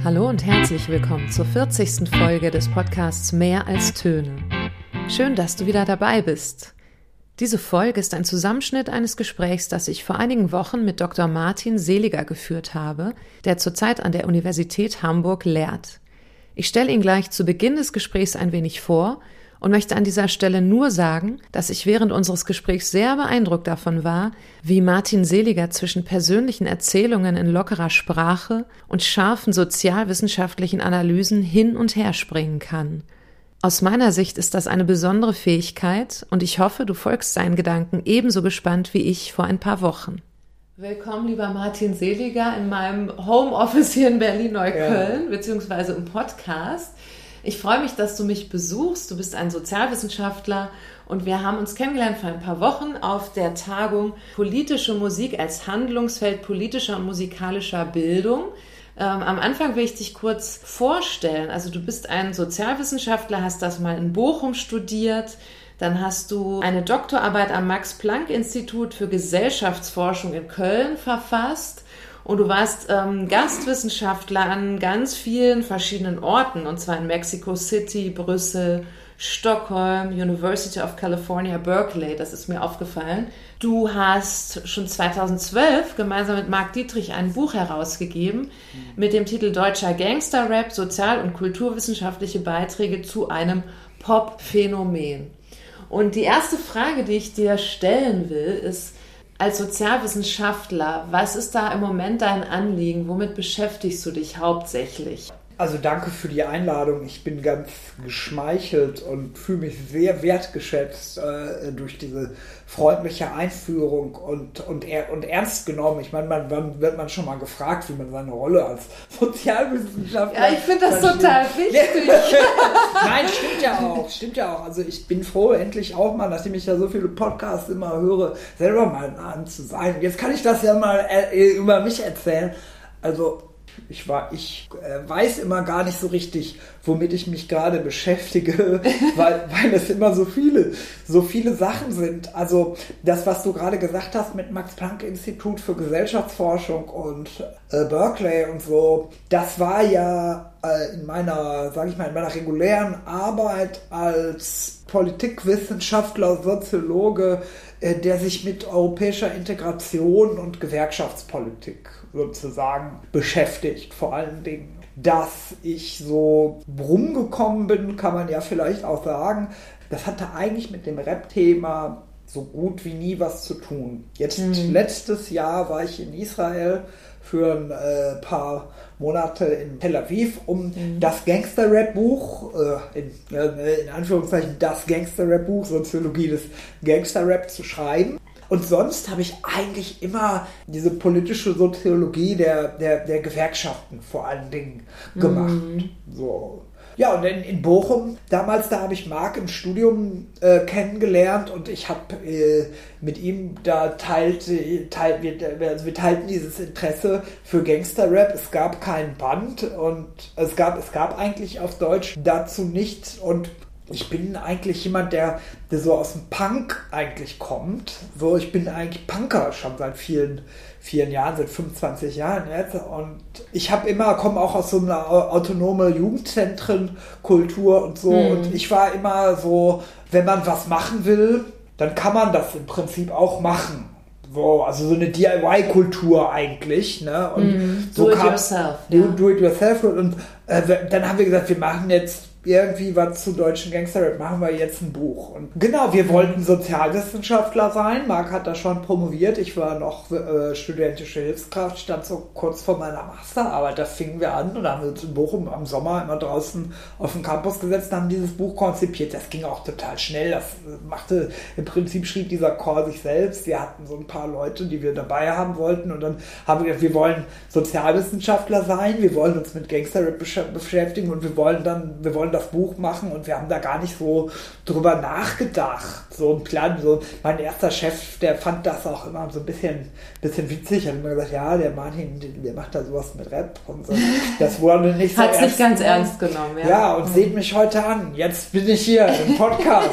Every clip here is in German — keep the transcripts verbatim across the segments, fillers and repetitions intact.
Hallo und herzlich willkommen zur vierzigsten Folge des Podcasts Mehr als Töne. Schön, dass du wieder dabei bist. Diese Folge ist ein Zusammenschnitt eines Gesprächs, das ich vor einigen Wochen mit Doktor Martin Seliger geführt habe, der zurzeit an der Universität Hamburg lehrt. Ich stelle ihn gleich zu Beginn des Gesprächs ein wenig vor und möchte an dieser Stelle nur sagen, dass ich während unseres Gesprächs sehr beeindruckt davon war, wie Martin Seliger zwischen persönlichen Erzählungen in lockerer Sprache und scharfen sozialwissenschaftlichen Analysen hin und her springen kann. Aus meiner Sicht ist das eine besondere Fähigkeit und ich hoffe, du folgst seinen Gedanken ebenso gespannt wie ich vor ein paar Wochen. Willkommen, lieber Martin Seliger, in meinem Homeoffice hier in Berlin-Neukölln, ja. beziehungsweise im Podcast. Ich freue mich, dass du mich besuchst. Du bist ein Sozialwissenschaftler und wir haben uns kennengelernt vor ein paar Wochen auf der Tagung Politische Musik als Handlungsfeld politischer und musikalischer Bildung. Ähm, am Anfang will ich dich kurz vorstellen. Also du bist ein Sozialwissenschaftler, hast das mal in Bochum studiert. Dann hast du eine Doktorarbeit am Max-Planck-Institut für Gesellschaftsforschung in Köln verfasst. Und du warst ähm, Gastwissenschaftler an ganz vielen verschiedenen Orten, und zwar in Mexico City, Brüssel, Stockholm, University of California, Berkeley, das ist mir aufgefallen. Du hast schon zweitausendzwölf gemeinsam mit Marc Dietrich ein Buch herausgegeben mhm. mit dem Titel Deutscher Gangster-Rap, sozial- und kulturwissenschaftliche Beiträge zu einem Pop-Phänomen. Und die erste Frage, die ich dir stellen will, ist, als Sozialwissenschaftler, was ist da im Moment dein Anliegen? Womit beschäftigst du dich hauptsächlich? Also danke für die Einladung. Ich bin ganz geschmeichelt und fühle mich sehr wertgeschätzt äh, durch diese freundliche Einführung und, und, er, und ernst genommen. Ich meine, man, man wird man schon mal gefragt, wie man seine Rolle als Sozialwissenschaftler... Ja, ich finde das total wichtig. Nein, stimmt ja auch. Stimmt ja auch. Also ich bin froh, endlich auch mal, nachdem ich ja so viele Podcasts immer höre, selber mal an zu sein. Jetzt kann ich das ja mal äh, über mich erzählen. Also Ich, war, ich äh, weiß immer gar nicht so richtig, womit ich mich gerade beschäftige, weil, weil es immer so viele, so viele Sachen sind. Also das, was du gerade gesagt hast mit Max-Planck-Institut für Gesellschaftsforschung und äh, Berkeley und so, das war ja äh, in meiner, sage ich mal, in meiner regulären Arbeit als Politikwissenschaftler, Soziologe, äh, der sich mit europäischer Integration und Gewerkschaftspolitik sozusagen beschäftigt, vor allen Dingen. Dass ich so rumgekommen bin, kann man ja vielleicht auch sagen, das hatte eigentlich mit dem Rap-Thema so gut wie nie was zu tun. Jetzt mhm. letztes Jahr war ich in Israel für ein äh, paar Monate in Tel Aviv, um mhm. das Gangster-Rap-Buch, äh, in, äh, in Anführungszeichen das Gangster-Rap-Buch, Soziologie des Gangster-Rap zu schreiben. Und sonst habe ich eigentlich immer diese politische Soziologie der, der, der Gewerkschaften vor allen Dingen gemacht. Mhm. So. Ja, und in, in Bochum, damals, da habe ich Marc im Studium äh, kennengelernt und ich habe äh, mit ihm, da teilte, teilt, wir, also wir teilten dieses Interesse für Gangster-Rap. Es gab kein Band und es gab, es gab eigentlich auf Deutsch dazu nichts und ich bin eigentlich jemand, der, der so aus dem Punk eigentlich kommt. So, ich bin eigentlich Punker schon seit vielen, vielen Jahren, seit fünfundzwanzig Jahren jetzt. Und ich habe immer, komme auch aus so einer autonome Jugendzentrenkultur und so. Mhm. Und ich war immer so, wenn man was machen will, dann kann man das im Prinzip auch machen. So, also so eine D I Y-Kultur eigentlich, ne? Und mm, so do it kam, yourself. Do, Ja. do it yourself. Und äh, dann haben wir gesagt, wir machen jetzt irgendwie was zu deutschen Gangster-Rap, machen wir jetzt ein Buch. Und genau, wir wollten Sozialwissenschaftler sein. Marc hat da schon promoviert. Ich war noch äh, studentische Hilfskraft, stand so kurz vor meiner Masterarbeit. Da fingen wir an und haben wir uns in Bochum am Sommer immer draußen auf den Campus gesetzt und haben dieses Buch konzipiert. Das ging auch total schnell. Das machte, im Prinzip schrieb dieser Chor sich selbst. Wir hatten so ein paar Leute, die wir dabei haben wollten und dann haben wir gesagt, wir wollen Sozialwissenschaftler sein, wir wollen uns mit Gangster-Rap besch- beschäftigen und wir wollen dann, wir wollen das Buch machen und wir haben da gar nicht so drüber nachgedacht. So ein Plan, so mein erster Chef, der fand das auch immer so ein bisschen, bisschen witzig, hat immer gesagt, ja, der Martin, der macht da sowas mit Rap und so. Das wurde nicht so Hat's ernst nicht ganz genommen. ernst genommen, ja. Ja, und mhm. seht mich heute an. Jetzt bin ich hier im Podcast.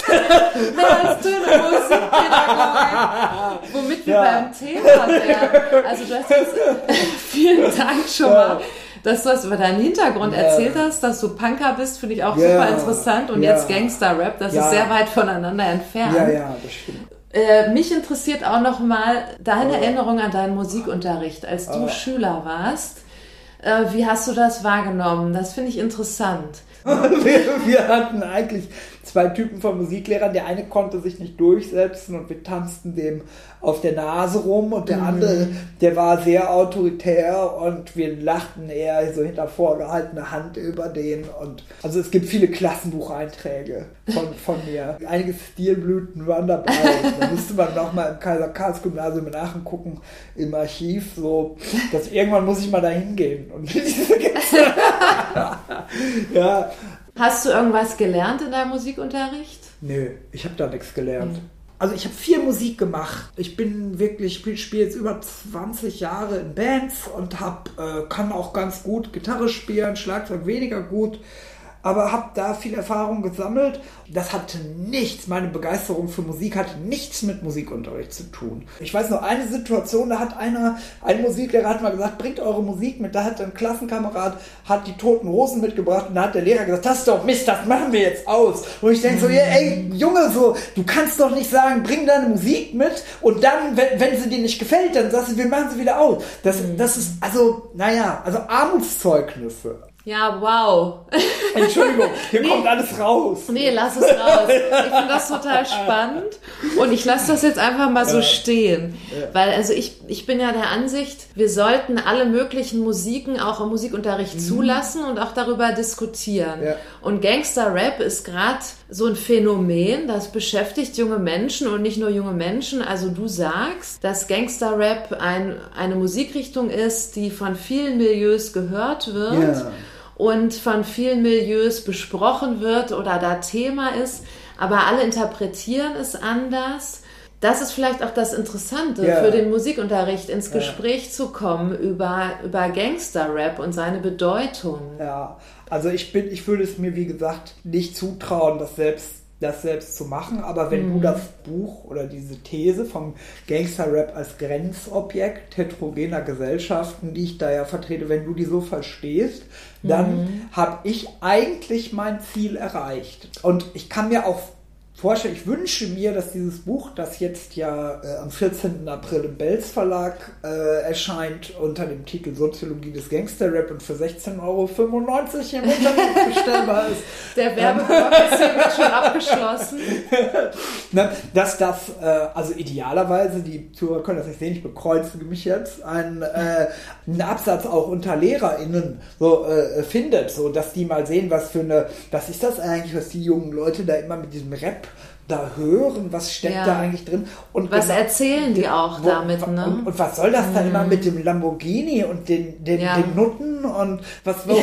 Mehr als Töne, Musikpädagogik. Womit wir Ja. beim Thema wären. Also du hast jetzt vielen Dank schon mal. dass du was über deinen Hintergrund ja. erzählt hast, dass du Punker bist, finde ich auch ja. super interessant. Und ja. jetzt Gangster-Rap, das ja. ist sehr weit voneinander entfernt. Ja, ja, das stimmt. Äh, mich interessiert auch noch mal deine oh. Erinnerung an deinen Musikunterricht, als du oh. Schüler warst. Äh, wie hast du das wahrgenommen? Das finde ich interessant. wir, wir hatten eigentlich zwei Typen von Musiklehrern. Der eine konnte sich nicht durchsetzen und wir tanzten dem auf der Nase rum und der mhm. andere, der war sehr autoritär und wir lachten eher so hinter vorgehaltener Hand über den. Und also es gibt viele Klassenbucheinträge von, von mir. Einige Stilblüten waren dabei. Da müsste man nochmal im Kaiser-Karls-Gymnasium nachgucken im Archiv, so, dass irgendwann muss ich mal da hingehen. Und diese ja. Hast du irgendwas gelernt in deinem Musikunterricht? Nö, ich habe da nichts gelernt. Mhm. Also ich habe viel Musik gemacht. Ich bin wirklich, ich spiele jetzt über zwanzig Jahre in Bands und hab, äh, kann auch ganz gut Gitarre spielen, Schlagzeug weniger gut. Aber habe da viel Erfahrung gesammelt. Das hatte nichts, meine Begeisterung für Musik hatte nichts mit Musikunterricht zu tun. Ich weiß noch eine Situation, da hat einer, ein Musiklehrer hat mal gesagt, bringt eure Musik mit. Da hat ein Klassenkamerad, hat die Toten Hosen mitgebracht und da hat der Lehrer gesagt, das ist doch Mist, das machen wir jetzt aus. Und ich denke so, ja, ey, Junge, so, du kannst doch nicht sagen, bring deine Musik mit und dann, wenn, wenn sie dir nicht gefällt, dann sagst du, wir machen sie wieder aus. Das, das ist, also, naja, also Armutszeugnisse. Ja, wow. Entschuldigung, hier nee, kommt alles raus. Nee, lass es raus. Ich finde das total spannend und ich lasse das jetzt einfach mal so ja. stehen. Ja. Weil also ich, ich bin ja der Ansicht, wir sollten alle möglichen Musiken auch im Musikunterricht mhm. zulassen und auch darüber diskutieren. Ja. Und Gangster-Rap ist gerade so ein Phänomen, das beschäftigt junge Menschen und nicht nur junge Menschen. Also du sagst, dass Gangster-Rap ein, eine Musikrichtung ist, die von vielen Milieus gehört wird. Ja. Und von vielen Milieus besprochen wird oder da Thema ist, aber alle interpretieren es anders. Das ist vielleicht auch das Interessante ja. für den Musikunterricht, ins Gespräch ja. zu kommen über, über Gangster-Rap und seine Bedeutung. Ja, also ich bin, ich würde es mir, wie gesagt, nicht zutrauen, das selbst das selbst zu machen, aber wenn mhm. du das Buch oder diese These vom Gangster-Rap als Grenzobjekt heterogener Gesellschaften, die ich da ja vertrete, wenn du die so verstehst, dann mhm. habe ich eigentlich mein Ziel erreicht. Und ich kann mir auch vorstellen, ich wünsche mir, dass dieses Buch, das jetzt ja äh, am vierzehnten April im Belz Verlag äh, erscheint, unter dem Titel Soziologie des Gangster-Rap und für sechzehn Euro fünfundneunzig im Internet bestellbar ist. Der Werbeblock ist hiermit schon abgeschlossen. Ne, dass das, äh, also idealerweise, die Zuhörer können das nicht sehen, ich bekreuzige mich jetzt, ein, äh, einen Absatz auch unter LehrerInnen so äh, findet, so dass die mal sehen, was für eine, was ist das eigentlich, was die jungen Leute da immer mit diesem Rap da hören, was steckt ja. da eigentlich drin. Und was genau, erzählen die auch wo, damit, ne? Und, und was soll das dann mhm. immer mit dem Lamborghini und den, den, ja. den Nutten und was, warum,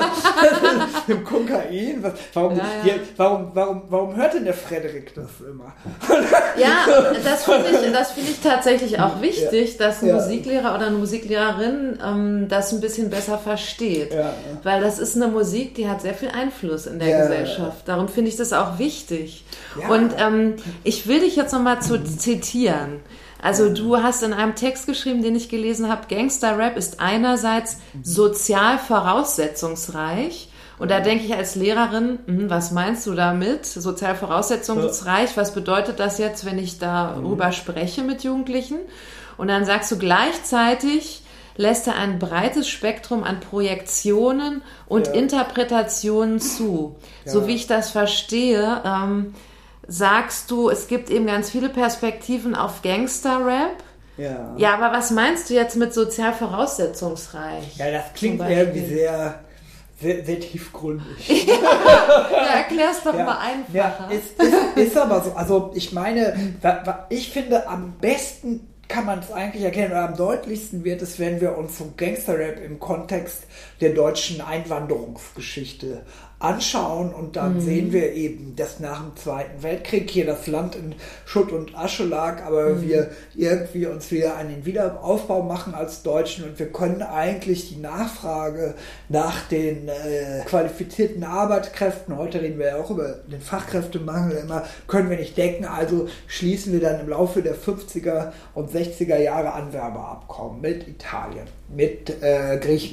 dem Kokain, was, warum, ja, ja. Hier, warum, warum, warum hört denn der Frederik das immer? Ja, das finde ich, das finde ich tatsächlich auch wichtig, ja. dass ein ja. Musiklehrer oder eine Musiklehrerin ähm, das ein bisschen besser versteht. Ja. Weil das ist eine Musik, die hat sehr viel Einfluss in der ja. Gesellschaft. Darum finde ich das auch wichtig. Ja. Und ähm, ich will dich jetzt nochmal zu zitieren. Also du hast in einem Text geschrieben, den ich gelesen habe, Gangster-Rap ist einerseits sozial voraussetzungsreich. Und da denke ich als Lehrerin, was meinst du damit? Sozial voraussetzungsreich, was bedeutet das jetzt, wenn ich darüber spreche mit Jugendlichen? Und dann sagst du gleichzeitig, lässt er ein breites Spektrum an Projektionen und ja. Interpretationen zu. Ja. So wie ich das verstehe, ähm, sagst du, es gibt eben ganz viele Perspektiven auf Gangster-Rap. Ja. Ja, aber was meinst du jetzt mit sozial voraussetzungsreich? Ja, das klingt irgendwie sehr, sehr, sehr tiefgründig. Ja, erklär's doch ja. mal einfacher. Ja, ist, ist, ist aber so. Also ich meine, ich finde, am besten kann man es eigentlich erkennen, oder am deutlichsten wird es, wenn wir uns so Gangster-Rap im Kontext der deutschen Einwanderungsgeschichte anschauen und dann mhm. sehen wir eben, dass nach dem Zweiten Weltkrieg hier das Land in Schutt und Asche lag, aber mhm. wir irgendwie uns wieder einen Wiederaufbau machen als Deutschen und wir können eigentlich die Nachfrage nach den äh, qualifizierten Arbeitskräften, heute reden wir ja auch über den Fachkräftemangel immer, können wir nicht decken, also schließen wir dann im Laufe der fünfziger und sechziger Jahre Anwerbeabkommen mit Italien, mit äh, Griechenland.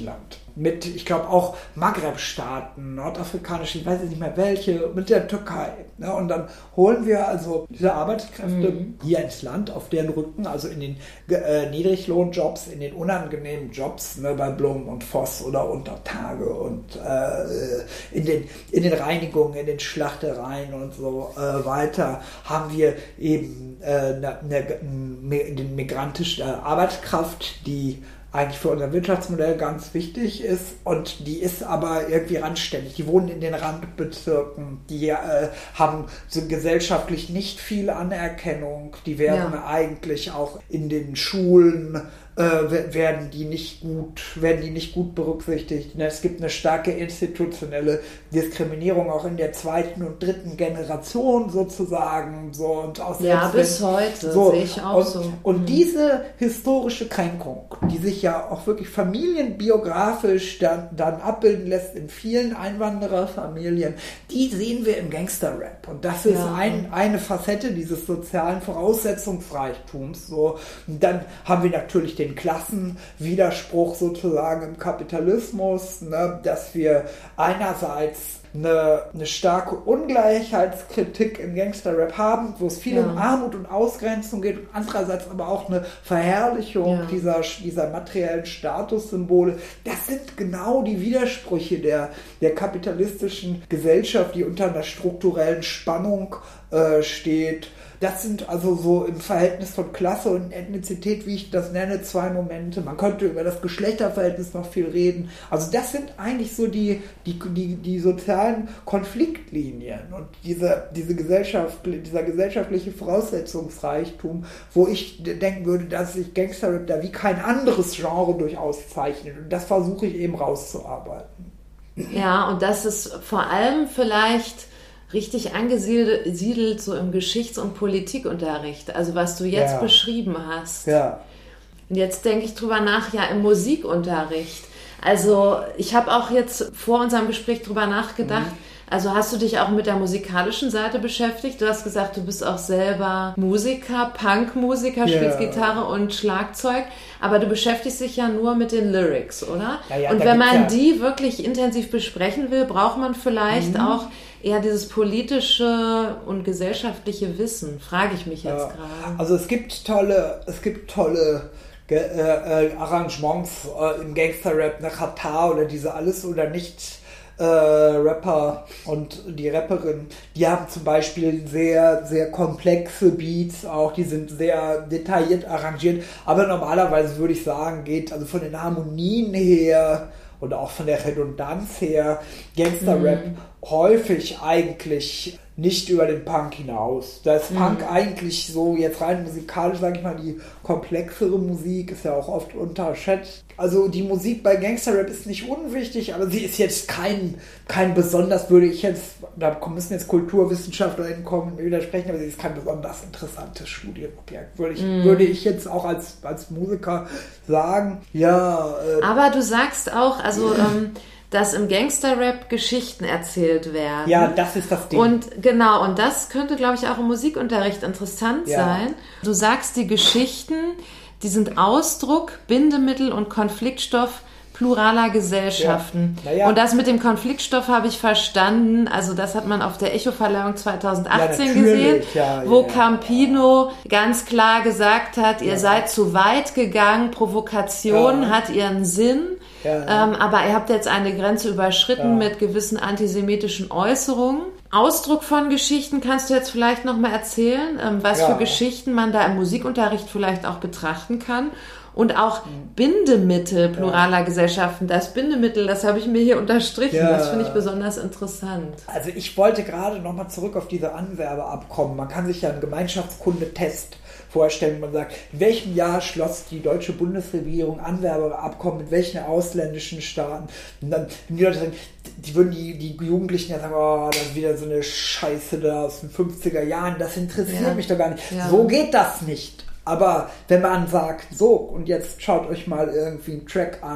mit, ich glaube auch Maghreb-Staaten, nordafrikanische, ich weiß jetzt nicht mehr welche, mit der Türkei. Ne? Und dann holen wir also diese Arbeitskräfte mhm. hier ins Land, auf deren Rücken, also in den äh, Niedriglohnjobs, in den unangenehmen Jobs, ne, bei Blum und Voss oder Untertage und äh, in, den, in den Reinigungen, in den Schlachtereien und so äh, weiter, haben wir eben äh, eine, eine, eine migrantische Arbeitskraft, die eigentlich für unser Wirtschaftsmodell ganz wichtig ist und die ist aber irgendwie randständig. Die wohnen in den Randbezirken, die äh, haben so gesellschaftlich nicht viel Anerkennung, die werden ja. eigentlich auch in den Schulen äh, werden die nicht gut, werden die nicht gut berücksichtigt. Es gibt eine starke institutionelle Diskriminierung auch in der zweiten und dritten Generation sozusagen. So, und aus ja, bis heute so, sehe ich auch und, so. Und mhm. diese historische Kränkung, die sich ja auch wirklich familienbiografisch dann, dann abbilden lässt in vielen Einwandererfamilien, die sehen wir im Gangsterrap. Und das ist ja. ein, eine Facette dieses sozialen Voraussetzungsreichtums. So. Und dann haben wir natürlich den Klassenwiderspruch sozusagen im Kapitalismus, ne, dass wir einerseits eine, eine starke Ungleichheitskritik im Gangsterrap haben, wo es viel ja. um Armut und Ausgrenzung geht, und andererseits aber auch eine Verherrlichung ja. dieser, dieser materiellen Statussymbole. Das sind genau die Widersprüche der, der kapitalistischen Gesellschaft, die unter einer strukturellen Spannung äh, steht. Das sind also so im Verhältnis von Klasse und Ethnizität, wie ich das nenne, zwei Momente. Man könnte über das Geschlechterverhältnis noch viel reden. Also das sind eigentlich so die, die, die, die sozialen Konfliktlinien und diese, diese Gesellschaft, dieser gesellschaftliche Voraussetzungsreichtum, wo ich denken würde, dass sich Gangsterrap da wie kein anderes Genre durchaus zeichnet. Und das versuche ich eben rauszuarbeiten. Ja, und das ist vor allem vielleicht richtig angesiedelt so im Geschichts- und Politikunterricht, also was du jetzt ja. beschrieben hast. Ja. Und jetzt denke ich drüber nach, ja, im Musikunterricht. Also ich habe auch jetzt vor unserem Gespräch drüber nachgedacht, mhm. also hast du dich auch mit der musikalischen Seite beschäftigt? Du hast gesagt, du bist auch selber Musiker, Punkmusiker, yeah. spielst Gitarre und Schlagzeug, aber du beschäftigst dich ja nur mit den Lyrics, oder? Ja, ja, und wenn man ja die wirklich intensiv besprechen will, braucht man vielleicht mhm. auch eher dieses politische und gesellschaftliche Wissen, frage ich mich jetzt ja. gerade. Also es gibt tolle, es gibt tolle Ge- äh, Arrangements äh, im Gangster-Rap, nach Hatar oder diese Alles oder Nichts Äh, Rapper und die Rapperin, die haben zum Beispiel sehr, sehr komplexe Beats auch, die sind sehr detailliert arrangiert, aber normalerweise würde ich sagen, geht also von den Harmonien her und auch von der Redundanz her Gangster-Rap mhm. häufig eigentlich nicht über den Punk hinaus. Da ist Punk mhm. eigentlich so, jetzt rein musikalisch, sage ich mal, die komplexere Musik, ist ja auch oft unterschätzt. Also die Musik bei Gangsterrap ist nicht unwichtig, aber sie ist jetzt kein, kein besonders, würde ich jetzt, da müssen jetzt KulturwissenschaftlerInnen kommen und mir widersprechen, aber sie ist kein besonders interessantes Studienobjekt, würde ich, mhm. würde ich jetzt auch als, als Musiker sagen. Ja. Äh, aber du sagst auch, also ähm, dass im Gangster-Rap Geschichten erzählt werden. Ja, das ist das Ding. Und genau, und das könnte, glaube ich, auch im Musikunterricht interessant ja. sein. Du sagst, die Geschichten, die sind Ausdruck, Bindemittel und Konfliktstoff pluraler Gesellschaften. Ja. Ja. Und das mit dem Konfliktstoff habe ich verstanden. Also das hat man auf der Echo-Verleihung zweitausendachtzehn ja, gesehen, ja, wo ja, Campino ja. ganz klar gesagt hat, ihr ja. seid zu weit gegangen, Provokation ja. hat ihren Sinn. Ja. Ähm, aber ihr habt jetzt eine Grenze überschritten ja. mit gewissen antisemitischen Äußerungen. Ausdruck von Geschichten kannst du jetzt vielleicht nochmal erzählen, ähm, was ja. für Geschichten man da im Musikunterricht vielleicht auch betrachten kann. Und auch Bindemittel pluraler ja. Gesellschaften. Das Bindemittel, das habe ich mir hier unterstrichen. Ja. Das finde ich besonders interessant. Also ich wollte gerade nochmal zurück auf diese Anwerbeabkommen. Man kann sich ja einen Gemeinschaftskunde-Test vorstellen. Man sagt, in welchem Jahr schloss die deutsche Bundesregierung Anwerbeabkommen mit welchen ausländischen Staaten? Und dann, wenn die Leute sagen, die würden die, die Jugendlichen ja sagen, oh, das ist wieder so eine Scheiße da aus den fünfziger Jahren. Das interessiert ja. mich doch gar nicht. Ja. So geht das nicht. Aber wenn man sagt, so, und jetzt schaut euch mal irgendwie einen Track an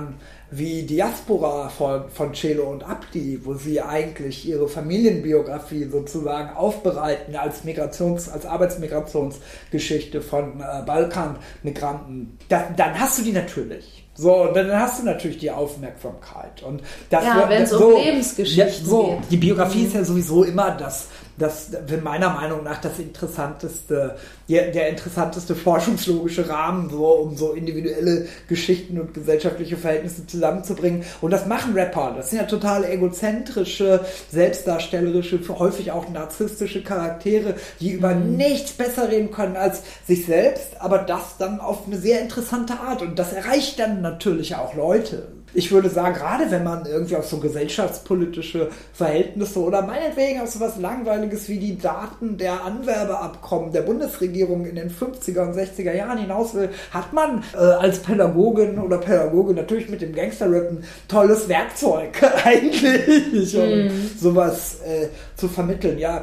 wie Diaspora von, von Celo und Abdi, wo sie eigentlich ihre Familienbiografie sozusagen aufbereiten als Migrations-, als Arbeitsmigrationsgeschichte von äh, Balkanmigranten, da, dann hast du die natürlich. So, und dann hast du natürlich die Aufmerksamkeit. Und das ja, wird, wenn es so, um Lebensgeschichten ja, so, geht. Die Biografie mhm. ist ja sowieso immer das, das, meiner Meinung nach das interessanteste, der, der interessanteste forschungslogische Rahmen, so, um so individuelle Geschichten und gesellschaftliche Verhältnisse zusammenzubringen. Und das machen Rapper. Das sind ja total egozentrische, selbstdarstellerische, häufig auch narzisstische Charaktere, die über mhm. nichts besser reden können als sich selbst, aber das dann auf eine sehr interessante Art. Und das erreicht dann natürlich auch Leute. Ich würde sagen, gerade wenn man irgendwie auf so gesellschaftspolitische Verhältnisse oder meinetwegen auf so was Langweiliges wie die Daten der Anwerbeabkommen der Bundesregierung in den fünfziger und sechziger Jahren hinaus will, hat man äh, als Pädagogin oder Pädagoge natürlich mit dem Gangsterrap ein tolles Werkzeug eigentlich, um mm. sowas äh, zu vermitteln, ja.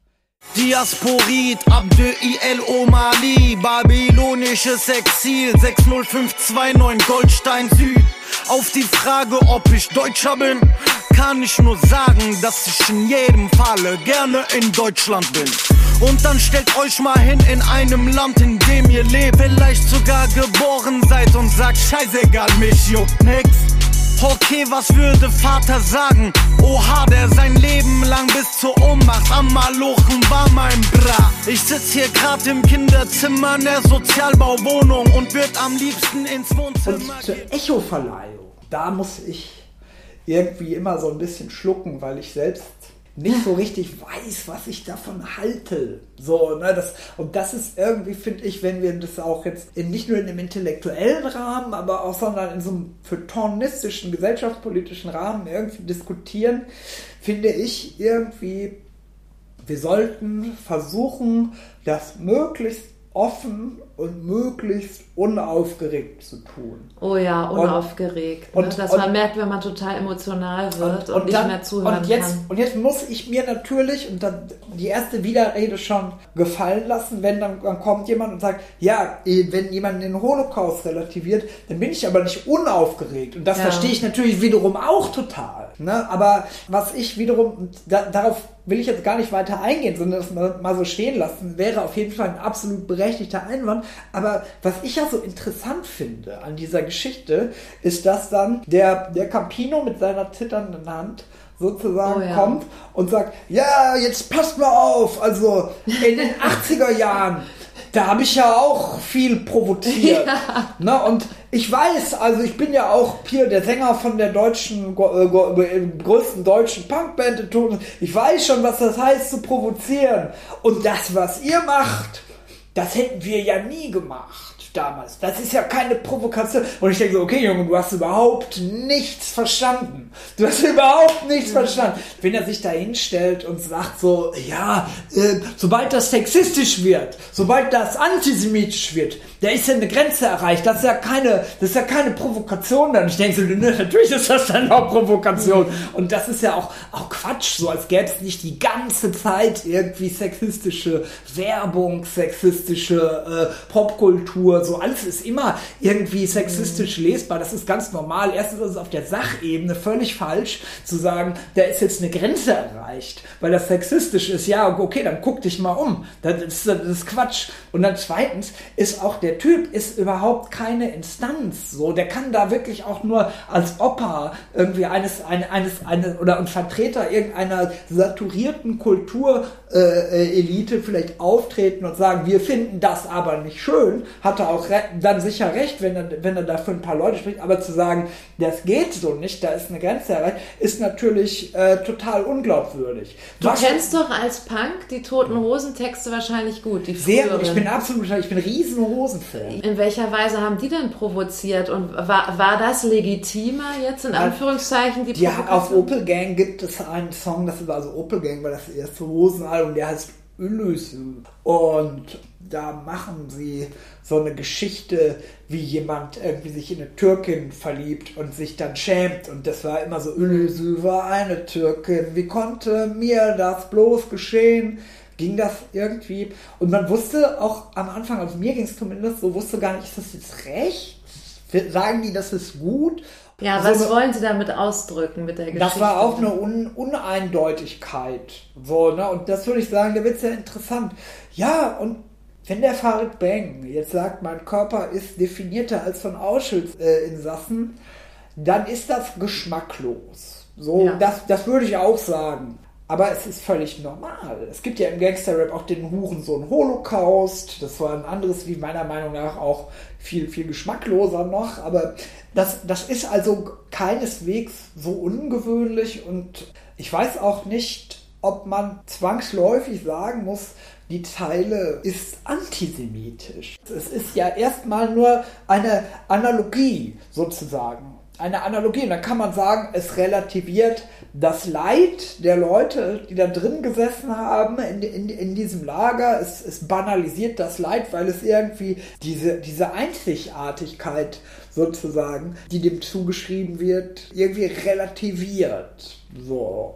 Diasporit, Abdel Il Omali, babylonisches Exil, sechs null fünf zwei neun Goldstein Süd. Auf die Frage, ob ich Deutscher bin, kann ich nur sagen, dass ich in jedem Falle gerne in Deutschland bin. Und dann stellt euch mal hin in einem Land, in dem ihr lebt, vielleicht sogar geboren seid und sagt, scheißegal, mich juckt nix. Okay, was würde Vater sagen? Oha, der sein Leben lang bis zur Ohnmacht am Malochen war mein Bra. Ich sitz hier grad im Kinderzimmer in der Sozialbauwohnung und würd am liebsten ins Wohnzimmer und zur Echo-Verleihung, da muss ich irgendwie immer so ein bisschen schlucken, weil ich selbst nicht so richtig weiß, was ich davon halte. So, ne, das, und das ist irgendwie, finde ich, wenn wir das auch jetzt in, nicht nur in einem intellektuellen Rahmen, aber auch, sondern in so einem feuilletonistischen, gesellschaftspolitischen Rahmen irgendwie diskutieren, finde ich irgendwie, wir sollten versuchen, das möglichst offen und möglichst unaufgeregt zu tun. Oh ja, unaufgeregt. Und, ne? Dass und, man merkt, wenn man total emotional wird und, und, und nicht dann, mehr zuhören und jetzt, kann. Und jetzt muss ich mir natürlich und dann die erste Widerrede schon gefallen lassen, wenn dann, dann kommt jemand und sagt, ja, wenn jemand den Holocaust relativiert, dann bin ich aber nicht unaufgeregt. Und das ja. verstehe ich natürlich wiederum auch total. Ne? Aber was ich wiederum, da, darauf will ich jetzt gar nicht weiter eingehen, sondern das mal, mal so stehen lassen, wäre auf jeden Fall ein absolut berechtigter Einwand. Aber was ich ja so interessant finde an dieser Geschichte, ist, dass dann der, der Campino mit seiner zitternden Hand sozusagen oh ja. kommt und sagt, ja, jetzt passt mal auf, also in den achtziger Jahren, da habe ich ja auch viel provoziert. Ja. Ne? Und ich weiß, also ich bin ja auch hier der Sänger von der deutschen, äh, größten deutschen Punkband. Ich weiß schon, was das heißt zu provozieren. Und das, was ihr macht, das hätten wir ja nie gemacht damals. Das ist ja keine Provokation. Und ich denke so, okay, Junge, du hast überhaupt nichts verstanden. Du hast überhaupt nichts ja. verstanden. Wenn er sich da hinstellt und sagt so, ja, äh, sobald das sexistisch wird, sobald das antisemitisch wird, da ist ja eine Grenze erreicht. Das ist ja keine, das ist ja keine Provokation dann. Ich denke so, ne, natürlich ist das dann auch Provokation. Mhm. Und das ist ja auch, auch Quatsch, so als gäbe es nicht die ganze Zeit irgendwie sexistische Werbung, sexistische äh, Popkultur, so alles ist immer irgendwie sexistisch lesbar. Das ist ganz normal. Erstens ist es auf der Sachebene völlig falsch zu sagen, da ist jetzt eine Grenze erreicht, weil das sexistisch ist. Ja, okay, dann guck dich mal um. Das ist, das ist Quatsch. Und dann zweitens ist auch der Typ ist überhaupt keine Instanz. So, der kann da wirklich auch nur als Opa irgendwie eines, eine, eines, eine, oder ein Vertreter irgendeiner saturierten Kulturelite äh, vielleicht auftreten und sagen, wir finden das aber nicht schön. Hat er auch re- dann sicher recht, wenn er, wenn er da für ein paar Leute spricht. Aber zu sagen, das geht so nicht, da ist eine Grenze erreicht, ist natürlich äh, total unglaubwürdig. Du Was kennst doch als Punk die Toten Hosen Texte wahrscheinlich gut. Die sehr gut. Ich bin absolut, ich bin riesen Hosen-Fan. In welcher Weise haben die denn provoziert und war, war das legitimer jetzt in Anführungszeichen die Provokation? Ja, auf Opel Gang gibt es einen Song, das war also Opel Gang, war das erste Hosenalbum, der heißt Ülüsü. Und da machen sie so eine Geschichte, wie jemand irgendwie sich in eine Türkin verliebt und sich dann schämt. Und das war immer so, Ülüsü war eine Türkin, wie konnte mir das bloß geschehen? Ging das irgendwie, und man wusste auch am Anfang, also mir ging es zumindest so, wusste gar nicht, ist das jetzt recht sagen die, das ist gut. Ja, so was eine, wollen Sie damit ausdrücken mit der Geschichte? Das war auch eine Un- Uneindeutigkeit. So, ne? Und das würde ich sagen, da wird es ja interessant. Ja, und wenn der Farid Bang jetzt sagt, mein Körper ist definierter als von Auschwitz-Insassen, dann ist das geschmacklos. So, ja. das, das würde ich auch sagen. Aber es ist völlig normal. Es gibt ja im Gangster-Rap auch den Hurensohn Holocaust. Das war ein anderes, wie meiner Meinung nach auch viel, viel geschmackloser noch. Aber das, das ist also keineswegs so ungewöhnlich. Und ich weiß auch nicht, ob man zwangsläufig sagen muss, die Zeile ist antisemitisch. Es ist ja erstmal nur eine Analogie sozusagen. Eine Analogie. Und dann kann man sagen, es relativiert das Leid der Leute, die da drin gesessen haben in, in, in diesem Lager. Es, es banalisiert das Leid, weil es irgendwie diese, diese Einzigartigkeit sozusagen, die dem zugeschrieben wird, irgendwie relativiert. So.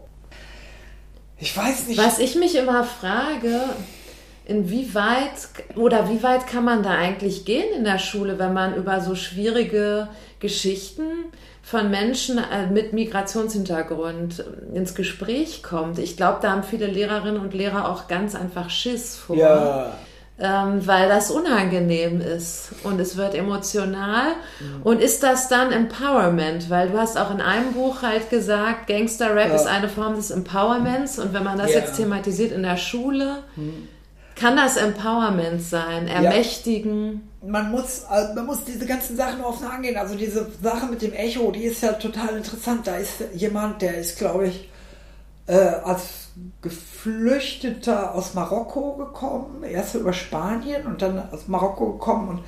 Ich weiß nicht. Was ich mich immer frage, inwieweit oder wie weit kann man da eigentlich gehen in der Schule, wenn man über so schwierige Geschichten von Menschen mit Migrationshintergrund ins Gespräch kommt? Ich glaube, da haben viele Lehrerinnen und Lehrer auch ganz einfach Schiss vor, ja. ähm, weil das unangenehm ist und es wird emotional. Mhm. Und ist das dann Empowerment? Weil du hast auch in einem Buch halt gesagt, Gangster-Rap ja. ist eine Form des Empowerments, und wenn man das ja. jetzt thematisiert in der Schule, mhm. kann das Empowerment sein, ermächtigen? Ja. Man muss, also man muss diese ganzen Sachen offen angehen. Also diese Sache mit dem Echo, die ist ja total interessant. Da ist jemand, der ist, glaube ich, äh, als Geflüchteter aus Marokko gekommen, erst über Spanien und dann aus Marokko gekommen und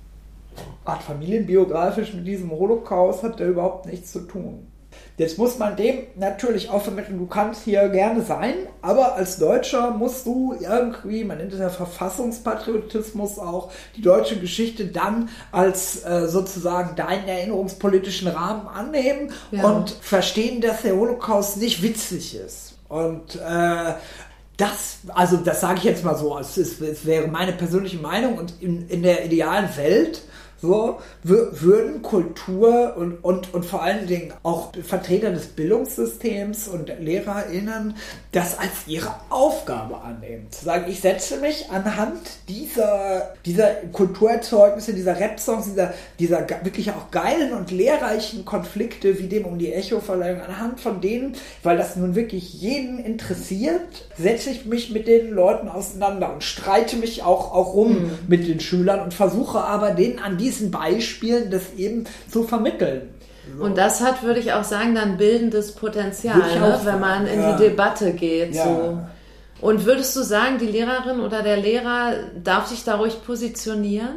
hat familienbiografisch mit diesem Holocaust hat der überhaupt nichts zu tun. Jetzt muss man dem natürlich auch vermitteln, du kannst hier gerne sein, aber als Deutscher musst du irgendwie, man nennt es ja Verfassungspatriotismus auch, die deutsche Geschichte dann als äh, sozusagen deinen erinnerungspolitischen Rahmen annehmen ja. und verstehen, dass der Holocaust nicht witzig ist. Und äh, das, also das sage ich jetzt mal so, es, ist, es wäre meine persönliche Meinung, und in, in der idealen Welt so, würden Kultur und, und, und vor allen Dingen auch Vertreter des Bildungssystems und LehrerInnen das als ihre Aufgabe annehmen. Zu sagen, ich setze mich anhand dieser, dieser Kulturerzeugnisse, dieser Rap-Songs, dieser, dieser wirklich auch geilen und lehrreichen Konflikte, wie dem um die Echo-Verleihung, anhand von denen, weil das nun wirklich jeden interessiert, setze ich mich mit den Leuten auseinander und streite mich auch, auch rum mhm. mit den Schülern und versuche aber denen an die diesen Beispielen das eben zu vermitteln. So. Und das hat, würde ich auch sagen, dann bildendes Potenzial, ne? Wenn man in ja. die Debatte geht. Ja. So. Und würdest du sagen, die Lehrerin oder der Lehrer darf sich da ruhig positionieren?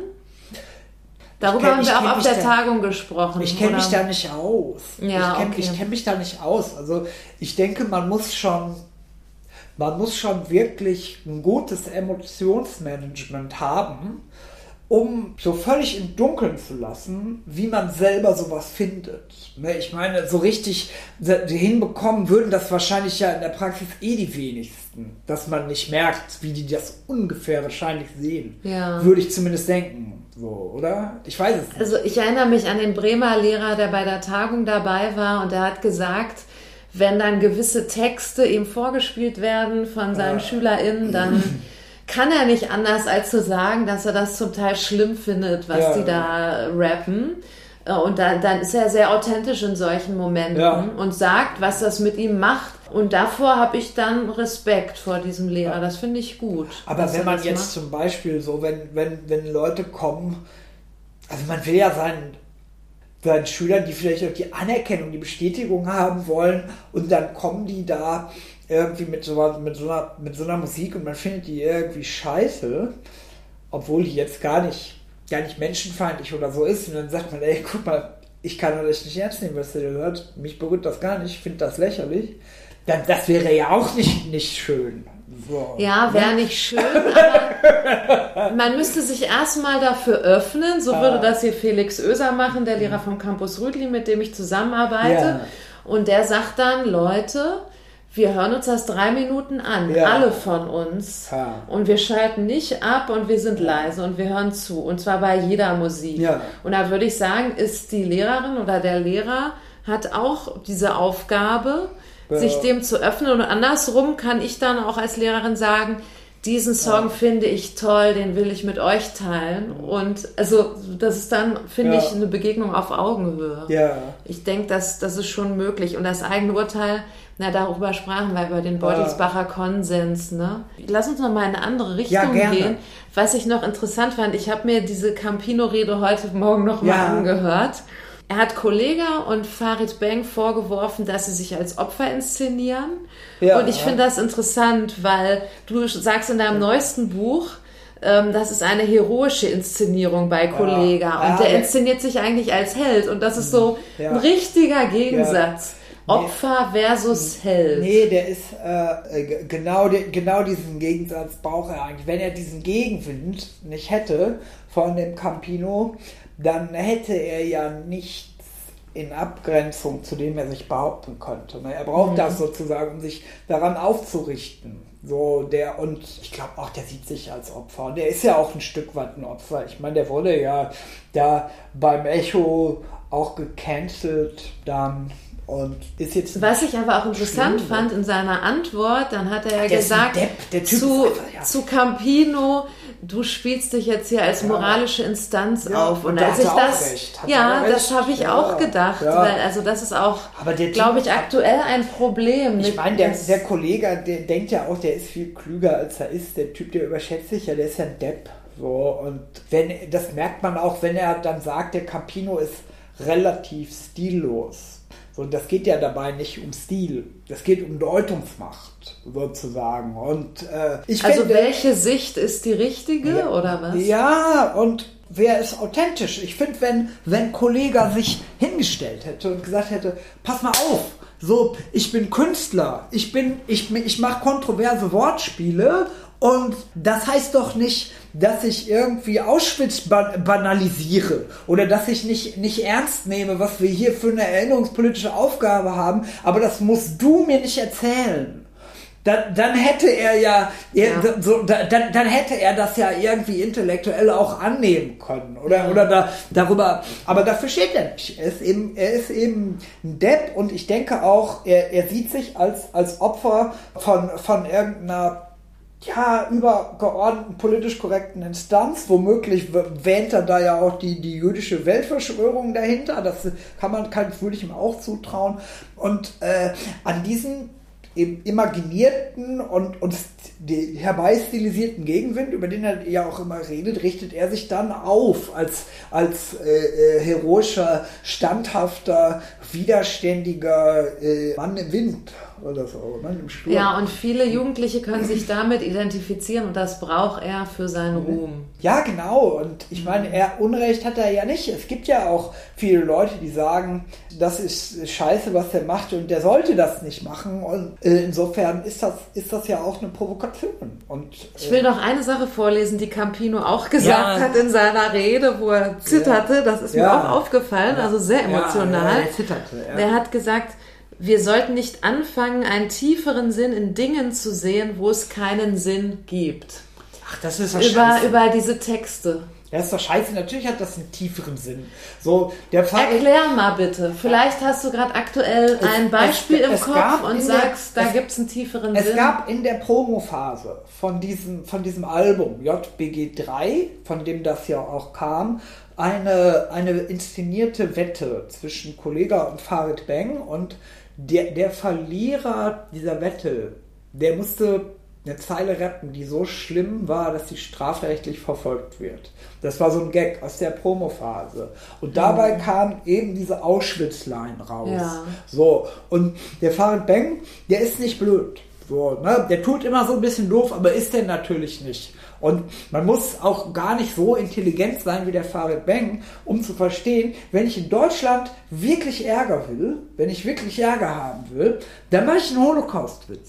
Darüber kenn, haben wir auch auf der da, Tagung gesprochen. Ich kenne mich da nicht aus. Ja, ich kenne okay. kenn mich da nicht aus. Also ich denke, man muss schon man muss schon wirklich ein gutes Emotionsmanagement haben, um so völlig im Dunkeln zu lassen, wie man selber sowas findet. Ich meine, so richtig hinbekommen würden das wahrscheinlich ja in der Praxis eh die wenigsten, dass man nicht merkt, wie die das ungefähr wahrscheinlich sehen. Ja. Würde ich zumindest denken. So, oder? Ich weiß es nicht. Also ich erinnere mich an den Bremer Lehrer, der bei der Tagung dabei war, und der hat gesagt, wenn dann gewisse Texte ihm vorgespielt werden von seinen ja. SchülerInnen, dann kann er nicht anders, als zu sagen, dass er das zum Teil schlimm findet, was ja. die da rappen. Und dann, dann ist er sehr authentisch in solchen Momenten ja. und sagt, was das mit ihm macht. Und davor habe ich dann Respekt vor diesem Lehrer. Das finde ich gut. Aber wenn man jetzt macht. Zum Beispiel so, wenn, wenn, wenn Leute kommen, also man will ja seinen, seinen Schülern, die vielleicht auch die Anerkennung, die Bestätigung haben wollen, und dann kommen die da irgendwie mit so, mit, so einer, mit so einer Musik und man findet die irgendwie scheiße, obwohl die jetzt gar nicht, gar nicht menschenfeindlich oder so ist. Und dann sagt man, ey, guck mal, ich kann das nicht ernst nehmen, was ihr hört. Mich berührt das gar nicht, ich finde das lächerlich. Dann, das wäre ja auch nicht, nicht schön. So, ja, wäre ne? nicht schön, aber man müsste sich erstmal dafür öffnen. So würde das hier Felix Oeser machen, der Lehrer vom Campus Rüdli, mit dem ich zusammenarbeite. Ja. Und der sagt dann, Leute, wir hören uns das drei Minuten an, Ja. alle von uns. Ja. Und wir schalten nicht ab und wir sind leise und wir hören zu. Und zwar bei jeder Musik. Ja. Und da würde ich sagen, ist die Lehrerin oder der Lehrer hat auch diese Aufgabe, Ja. sich dem zu öffnen. Und andersrum kann ich dann auch als Lehrerin sagen, diesen Song ja. finde ich toll, den will ich mit euch teilen. Und also das ist dann, finde ja. ich, eine Begegnung auf Augenhöhe. Ja. Ich denke, das, das ist schon möglich. Und das eigene Urteil, na, darüber sprachen wir, über den Beutelsbacher Konsens. Ne? Lass uns noch mal in eine andere Richtung ja, gerne. gehen. Was ich noch interessant fand, ich habe mir diese Campino-Rede heute Morgen noch mal ja. angehört. Er hat Kollega und Farid Bang vorgeworfen, dass sie sich als Opfer inszenieren. Ja, und ich ja. finde das interessant, weil du sagst in deinem ja. neuesten Buch, ähm, das ist eine heroische Inszenierung bei Kollega. Ja. Und der ja. inszeniert sich eigentlich als Held. Und das ist so ja. ein richtiger Gegensatz. Ja. Opfer versus Held. Nee, der ist äh, genau, de, genau diesen Gegensatz braucht er eigentlich. Wenn er diesen Gegenwind nicht hätte von dem Campino, dann hätte er ja nichts in Abgrenzung, zu dem er sich behaupten könnte. Er braucht mhm. das sozusagen, um sich daran aufzurichten. So, der, und ich glaube auch, der sieht sich als Opfer. Und der ist ja auch ein Stück weit ein Opfer. Ich meine, der wurde ja da beim Echo auch gecancelt dann. Und ist jetzt Was ich aber auch interessant schlimm, fand in seiner Antwort, dann hat er ja der gesagt Depp, zu, einfach, ja. zu Campino, du spielst dich jetzt hier als moralische Instanz ja, auf. Und, und als ich das, ja, das habe ich ja, auch gedacht, ja. weil also das ist auch, glaube ich, aktuell ein Problem. Ich meine, der, der Kollege, der denkt ja auch, der ist viel klüger als er ist. Der Typ, der überschätzt sich ja, der ist ja ein Depp. So, und wenn, das merkt man auch, wenn er dann sagt, der Campino ist relativ stillos. So, das geht ja dabei nicht um Stil, das geht um Deutungsmacht sozusagen. Und, äh, ich also finde, welche Sicht ist die richtige ja, oder was? Ja, und wer ist authentisch? Ich finde, wenn, wenn Kollega sich hingestellt hätte und gesagt hätte, pass mal auf, so, ich bin Künstler, ich, bin, ich, ich mache kontroverse Wortspiele und das heißt doch nicht, dass ich irgendwie Auschwitz banalisiere oder dass ich nicht, nicht ernst nehme, was wir hier für eine erinnerungspolitische Aufgabe haben, aber das musst du mir nicht erzählen. Dann, dann hätte er ja, ja. So, dann, dann hätte er das ja irgendwie intellektuell auch annehmen können oder, ja. oder da, darüber, aber dafür steht er nicht. Er ist eben, er ist eben ein Depp und ich denke auch, er, er sieht sich als, als Opfer von, von irgendeiner ja, übergeordneten, politisch korrekten Instanz. Womöglich wähnt er da ja auch die, die jüdische Weltverschwörung dahinter. Das kann man, kann, würde ich ihm auch zutrauen. Und äh, an diesen eben imaginierten und, und die herbeistilisierten Gegenwind, über den er ja auch immer redet, richtet er sich dann auf als, als äh, äh, heroischer, standhafter, widerständiger äh, Mann im Wind. Oder so, ne, im Sturm. Ja, und viele Jugendliche können sich damit identifizieren und das braucht er für seinen Ruhm. Ja, genau. Und ich meine, er Unrecht hat er ja nicht. Es gibt ja auch viele Leute, die sagen, das ist scheiße, was er macht und der sollte das nicht machen. Und äh, insofern ist das, ist das ja auch eine Provokation. Und, äh, ich will noch eine Sache vorlesen, die Campino auch gesagt ja. hat in seiner Rede, wo er zitterte. Ja. Das ist mir ja. auch aufgefallen, also sehr emotional. Ja, ja, er zitterte, ja. Der hat gesagt, wir sollten nicht anfangen, einen tieferen Sinn in Dingen zu sehen, wo es keinen Sinn gibt. Ach, das ist doch über, scheiße. Über diese Texte. Das ist doch scheiße. Natürlich hat das einen tieferen Sinn. So, der Erklär mal bitte. Vielleicht hast du gerade aktuell es, ein Beispiel es, im es Kopf und sagst, der, da gibt es einen tieferen es Sinn. Es gab in der Promophase von diesem, von diesem Album J B G drei, von dem das ja auch kam, eine, eine inszenierte Wette zwischen Kollega und Farid Bang und Der, der Verlierer dieser Wette, der musste eine Zeile retten, die so schlimm war, dass sie strafrechtlich verfolgt wird. Das war so ein Gag aus der Promophase. Und dabei mhm. kam eben diese Auschwitz-Line raus. Ja. So, und der Farid Bang, der ist nicht blöd. So, ne? Der tut immer so ein bisschen doof, aber ist der natürlich nicht. Und man muss auch gar nicht so intelligent sein wie der Farid Bang, um zu verstehen, wenn ich in Deutschland wirklich Ärger will, wenn ich wirklich Ärger haben will, dann mache ich einen Holocaust-Witz.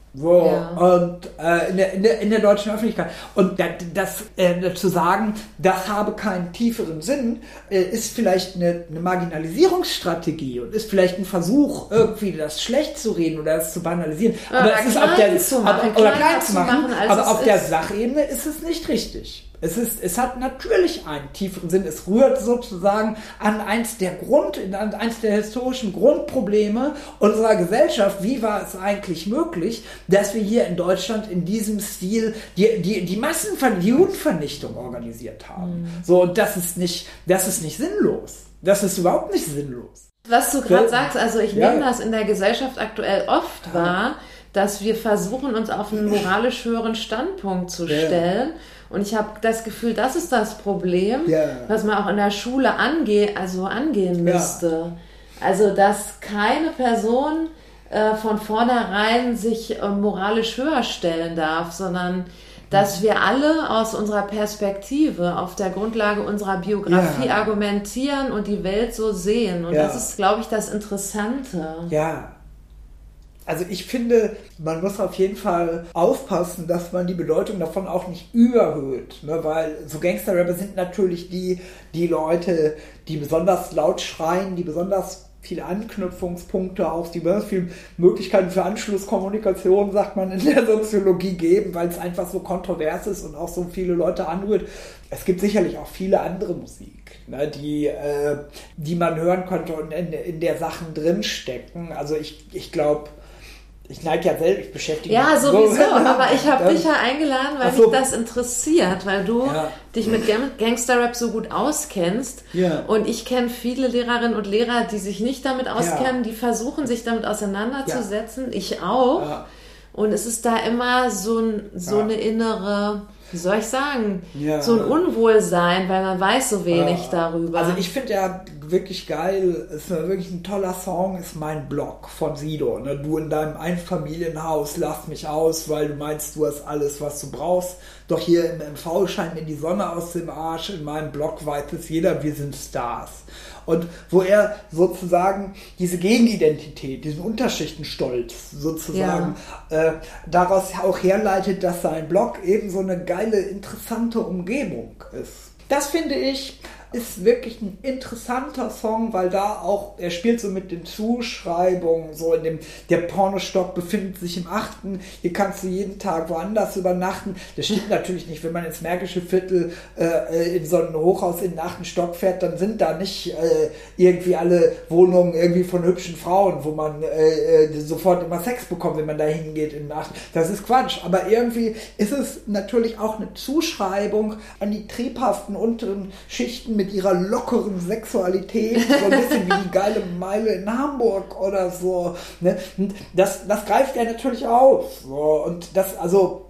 So, ja. und äh, in, der, in, der, in der deutschen Öffentlichkeit. Und das, das äh, zu sagen, das habe keinen tieferen Sinn, äh, ist vielleicht eine, eine Marginalisierungsstrategie und ist vielleicht ein Versuch, irgendwie das schlecht zu reden oder das zu banalisieren. Ja, aber oder es ist klein auf der, zu machen, aber, oder klein zu zu machen, machen, als aber es auf der ist. Sachebene ist es nicht richtig. Es, ist, es hat natürlich einen tieferen Sinn. Es rührt sozusagen an eins der Grund, an eins der historischen Grundprobleme unserer Gesellschaft. Wie war es eigentlich möglich, dass wir hier in Deutschland in diesem Stil die, die, die Massenver- die Judenvernichtung organisiert haben? Mhm. So, und das ist nicht, das ist nicht sinnlos. Das ist überhaupt nicht sinnlos. Was du gerade sagst, also ich ja. nehme das in der Gesellschaft aktuell oft ja. wahr, dass wir versuchen, uns auf einen moralisch höheren Standpunkt zu stellen. Ja. Und ich habe das Gefühl, das ist das Problem, ja. was man auch in der Schule ange- also angehen müsste. Ja. Also, dass keine Person äh, von vornherein sich äh, moralisch höher stellen darf, sondern dass wir alle aus unserer Perspektive auf der Grundlage unserer Biografie ja. argumentieren und die Welt so sehen. Und ja. das ist, glaube ich, das Interessante. Ja. Also ich finde, man muss auf jeden Fall aufpassen, dass man die Bedeutung davon auch nicht überhöht, ne? Weil so Gangster-Rapper sind natürlich die, die Leute, die besonders laut schreien, die besonders viele Anknüpfungspunkte auch, die besonders viele Möglichkeiten für Anschlusskommunikation, sagt man in der Soziologie, geben, weil es einfach so kontrovers ist und auch so viele Leute anrührt. Es gibt sicherlich auch viele andere Musik, ne, die, äh, die man hören könnte und in, in der Sachen drinstecken. Also ich, ich glaube, ich neige ja selbst, ich beschäftige mich. Ja, sowieso, so. aber ich habe dich ja eingeladen, weil so. mich das interessiert, weil du ja. dich mit Gangster-Rap so gut auskennst. Ja. Und ich kenne viele Lehrerinnen und Lehrer, die sich nicht damit auskennen, ja. die versuchen, sich damit auseinanderzusetzen. Ja. Ich auch. Ja. Und es ist da immer so, ein, so ja. eine innere... Wie soll ich sagen, ja. so ein Unwohlsein, weil man weiß so wenig ja. darüber. Also ich finde ja wirklich geil, ist wirklich ein toller Song, ist Mein Block von Sido. Ne? Du in deinem Einfamilienhaus, lass mich aus, weil du meinst, du hast alles, was du brauchst. Doch hier im M V scheint mir die Sonne aus dem Arsch, in meinem Block weiß es jeder, wir sind Stars. Und wo er sozusagen diese Gegenidentität, diesen Unterschichtenstolz sozusagen ja. äh, daraus auch herleitet, dass sein Blog eben so eine geile, interessante Umgebung ist. Das finde ich ist wirklich ein interessanter Song, weil da auch, er spielt so mit den Zuschreibungen, so in dem, der Pornostock befindet sich im achten, hier kannst du jeden Tag woanders übernachten. Das stimmt natürlich nicht, wenn man ins Märkische Viertel äh, in so ein Hochhaus in den achten Stock fährt, dann sind da nicht äh, irgendwie alle Wohnungen irgendwie von hübschen Frauen, wo man äh, sofort immer Sex bekommt, wenn man da hingeht in den achten. Das ist Quatsch, aber irgendwie ist es natürlich auch eine Zuschreibung an die triebhaften unteren Schichten mit ihrer lockeren Sexualität, so ein bisschen wie die geile Meile in Hamburg oder so. Ne? Das, das greift er natürlich auf. So. Und das, also,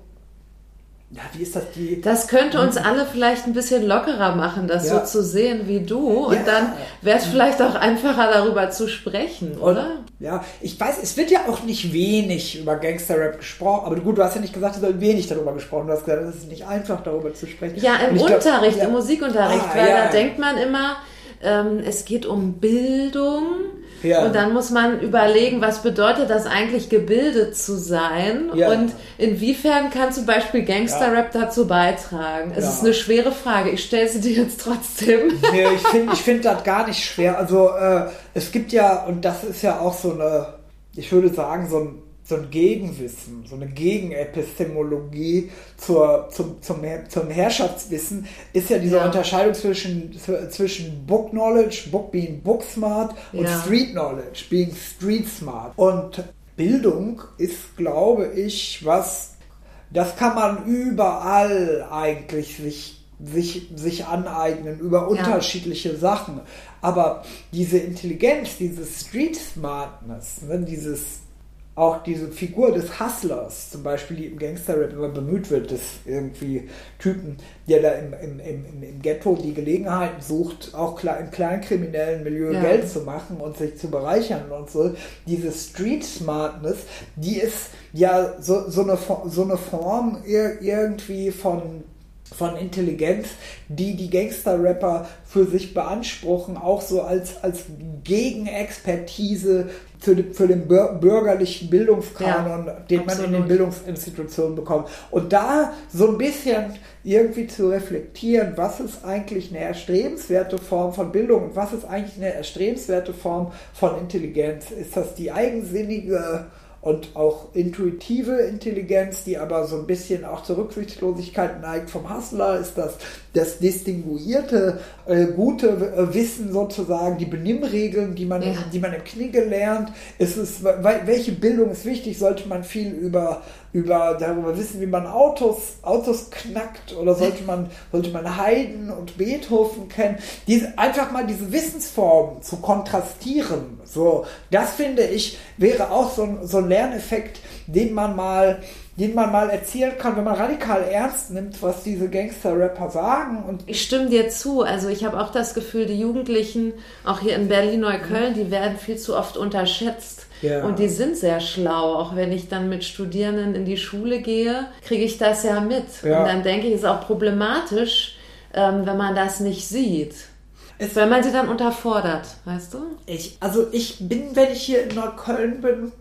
ja, wie ist das die... Das könnte uns alle vielleicht ein bisschen lockerer machen, das ja. so zu sehen wie du. Und ja. dann wäre es vielleicht auch einfacher, darüber zu sprechen, oder? Und, ja, ich weiß, es wird ja auch nicht wenig über Gangster-Rap gesprochen, aber gut, du hast ja nicht gesagt, es soll wenig darüber gesprochen. Du hast gesagt, es ist nicht einfach, darüber zu sprechen. Ja, im Unterricht, glaub, ja. im Musikunterricht, ah, weil ja. da denkt man immer, ähm, es geht um Bildung. Ja. Und dann muss man überlegen, was bedeutet das eigentlich, gebildet zu sein? Ja. Und inwiefern kann zum Beispiel Gangster-Rap ja. dazu beitragen? Es ja. ist eine schwere Frage. Ich stelle sie dir jetzt trotzdem. Nee, ich finde ich find das gar nicht schwer. Also äh, es gibt ja, und das ist ja auch so eine, ich würde sagen, so ein so ein Gegenwissen, so eine Gegenepistemologie zur, zum, zum, zum Herrschaftswissen, ist ja diese ja. Unterscheidung zwischen, zwischen Book Knowledge, Book being Book Smart und ja. Street Knowledge, being Street Smart. Und Bildung ist, glaube ich, was, das kann man überall eigentlich sich, sich, sich aneignen, über unterschiedliche ja. Sachen. Aber diese Intelligenz, diese Street Smartness, ne, dieses auch diese Figur des Hustlers, zum Beispiel, die im Gangster-Rap immer bemüht wird, des irgendwie Typen, der da im, im, im, im Ghetto die Gelegenheit sucht, auch im kleinkriminellen Milieu ja. Geld zu machen und sich zu bereichern und so. Diese Street-Smartness, die ist ja so, so, eine, so eine Form irgendwie von von Intelligenz, die die Gangster-Rapper für sich beanspruchen, auch so als, als Gegenexpertise für, die, für den bürgerlichen Bildungskanon, ja, den absolut. Man in den Bildungsinstitutionen bekommt. Und da so ein bisschen irgendwie zu reflektieren, was ist eigentlich eine erstrebenswerte Form von Bildung und was ist eigentlich eine erstrebenswerte Form von Intelligenz? Ist das die eigensinnige und auch intuitive Intelligenz, die aber so ein bisschen auch zur Rücksichtslosigkeit neigt vom Hustler? Ist das das distinguierte, äh, gute äh, Wissen sozusagen, die Benimmregeln, die man, ja. die man im Knigge lernt? Ist es, welche Bildung ist wichtig? Sollte man viel über, über darüber wissen, wie man Autos, Autos knackt, oder sollte man, sollte man Haydn und Beethoven kennen? Diese, einfach mal diese Wissensformen zu kontrastieren, so, das finde ich, wäre auch so ein, so ein Lerneffekt, den man mal den man mal erzählen kann, wenn man radikal ernst nimmt, was diese Gangster-Rapper sagen. Und ich stimme dir zu. Also ich habe auch das Gefühl, die Jugendlichen, auch hier in Berlin-Neukölln, die werden viel zu oft unterschätzt. Ja. Und die sind sehr schlau. Auch wenn ich dann mit Studierenden in die Schule gehe, kriege ich das ja mit. Ja. Und dann denke ich, es ist auch problematisch, ähm, wenn man das nicht sieht. Es, weil man sie dann unterfordert, weißt du? Ich, also ich bin, wenn ich hier in Neukölln bin,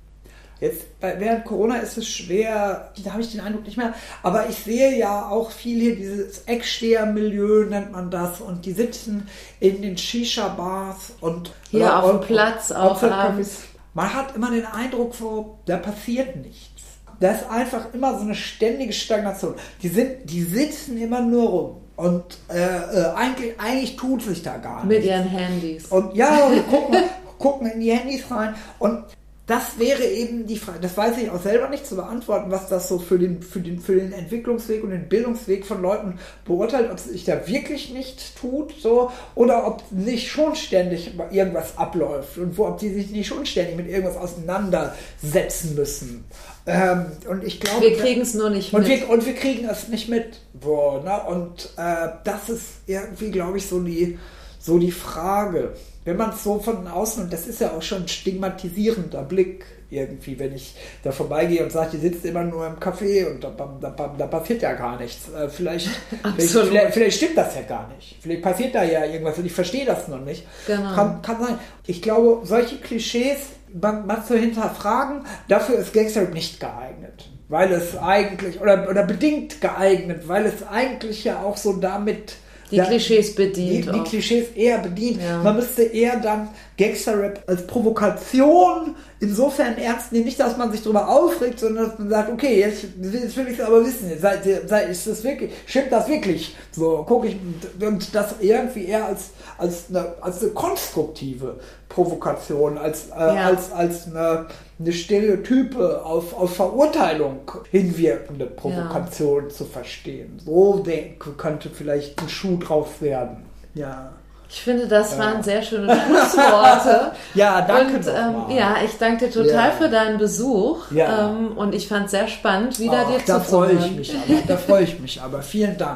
jetzt während Corona ist es schwer, da habe ich den Eindruck nicht mehr, aber ich sehe ja auch viel hier, dieses Ecksteher-Milieu nennt man das, und die sitzen in den Shisha-Bars und hier oder, auf dem Platz auch abends. Man hat immer den Eindruck, so, da passiert nichts. Das ist einfach immer so eine ständige Stagnation. Die, sind, die sitzen immer nur rum. Und äh, äh, eigentlich, eigentlich tut sich da gar nichts. Mit ihren Handys. Und ja, und gucken, gucken in die Handys rein. Und das wäre eben die Frage, das weiß ich auch selber nicht zu beantworten, was das so für den, für den, für den Entwicklungsweg und den Bildungsweg von Leuten beurteilt, ob es sich da wirklich nicht tut, so, oder ob nicht schon ständig irgendwas abläuft und wo, ob die sich nicht schon ständig mit irgendwas auseinandersetzen müssen. Ähm, und ich glaube, wir kriegen es nur nicht und mit. Wir, und wir kriegen es nicht mit. So, ne? Und äh, das ist irgendwie, glaube ich, so die, so die Frage. Wenn man es so von außen, und das ist ja auch schon ein stigmatisierender Blick irgendwie, wenn ich da vorbeigehe und sage, die sitzt immer nur im Café und da, da, da, da passiert ja gar nichts. Äh, vielleicht, vielleicht, vielleicht, vielleicht stimmt das ja gar nicht. Vielleicht passiert da ja irgendwas und ich verstehe das noch nicht. Genau. Kann, kann sein. Ich glaube, solche Klischees mal, mal zu hinterfragen, dafür ist Gangster nicht geeignet. Weil es eigentlich, oder, oder bedingt geeignet, weil es eigentlich ja auch so damit die da, Klischees bedient. Die, die Klischees eher bedient. Ja. Man müsste eher dann Gangster-Rap als Provokation insofern ernst nehmen. Nicht, dass man sich darüber aufregt, sondern dass man sagt, okay, jetzt, jetzt will ich es aber wissen. Sei, sei, ist das wirklich, stimmt das wirklich? So, gucke ich, und das irgendwie eher als, als, eine, als eine konstruktive Provokation, als, äh, ja. als, als eine, eine Stereotype auf, auf Verurteilung hinwirkende Provokation ja. zu verstehen. So denke, könnte vielleicht ein Schuh drauf werden. Ja. Ich finde, das ja. waren sehr schöne Schlussworte. Ja, danke. Und ähm, ja, ich danke dir total ja. für deinen Besuch. Ja. Ähm, und ich fand es sehr spannend, wieder Ach, dir da zuzuhören. freue ich mich aber. Da freue ich mich aber. Vielen Dank.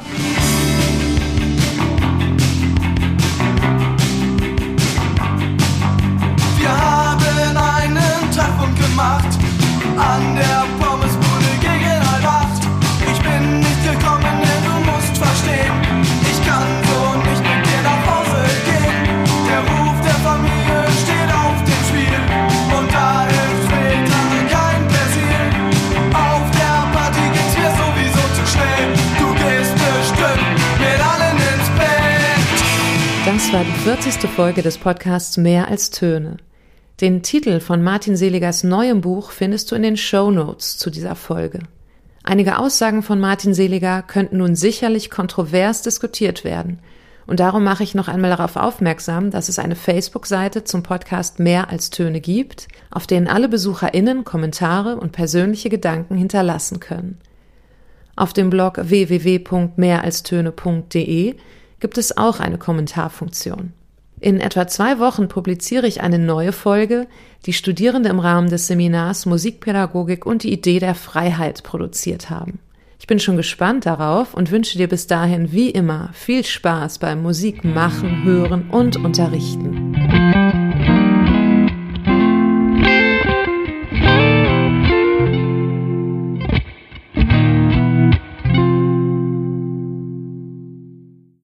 Wir haben einen Treffpunkt gemacht an der Pommesbude gegen halb acht. Ich bin nicht gekommen, denn du musst verstehen, ich kann so nicht mit dir nach Hause gehen. Der Ruf der Familie steht auf dem Spiel und da hilft später kein Persil. Auf der Party geht's mir sowieso zu schnell. Du gehst bestimmt mit allen ins Bett. Das war die vierzigste Folge des Podcasts Mehr als Töne. Den Titel von Martin Seligers neuem Buch findest du in den Shownotes zu dieser Folge. Einige Aussagen von Martin Seliger könnten nun sicherlich kontrovers diskutiert werden. Und darum mache ich noch einmal darauf aufmerksam, dass es eine Facebook-Seite zum Podcast Mehr als Töne gibt, auf denen alle BesucherInnen Kommentare und persönliche Gedanken hinterlassen können. Auf dem Blog w w w punkt mehr als töne punkt d e gibt es auch eine Kommentarfunktion. In etwa zwei Wochen publiziere ich eine neue Folge, die Studierende im Rahmen des Seminars Musikpädagogik und die Idee der Freiheit produziert haben. Ich bin schon gespannt darauf und wünsche dir bis dahin wie immer viel Spaß beim Musik machen, hören und unterrichten.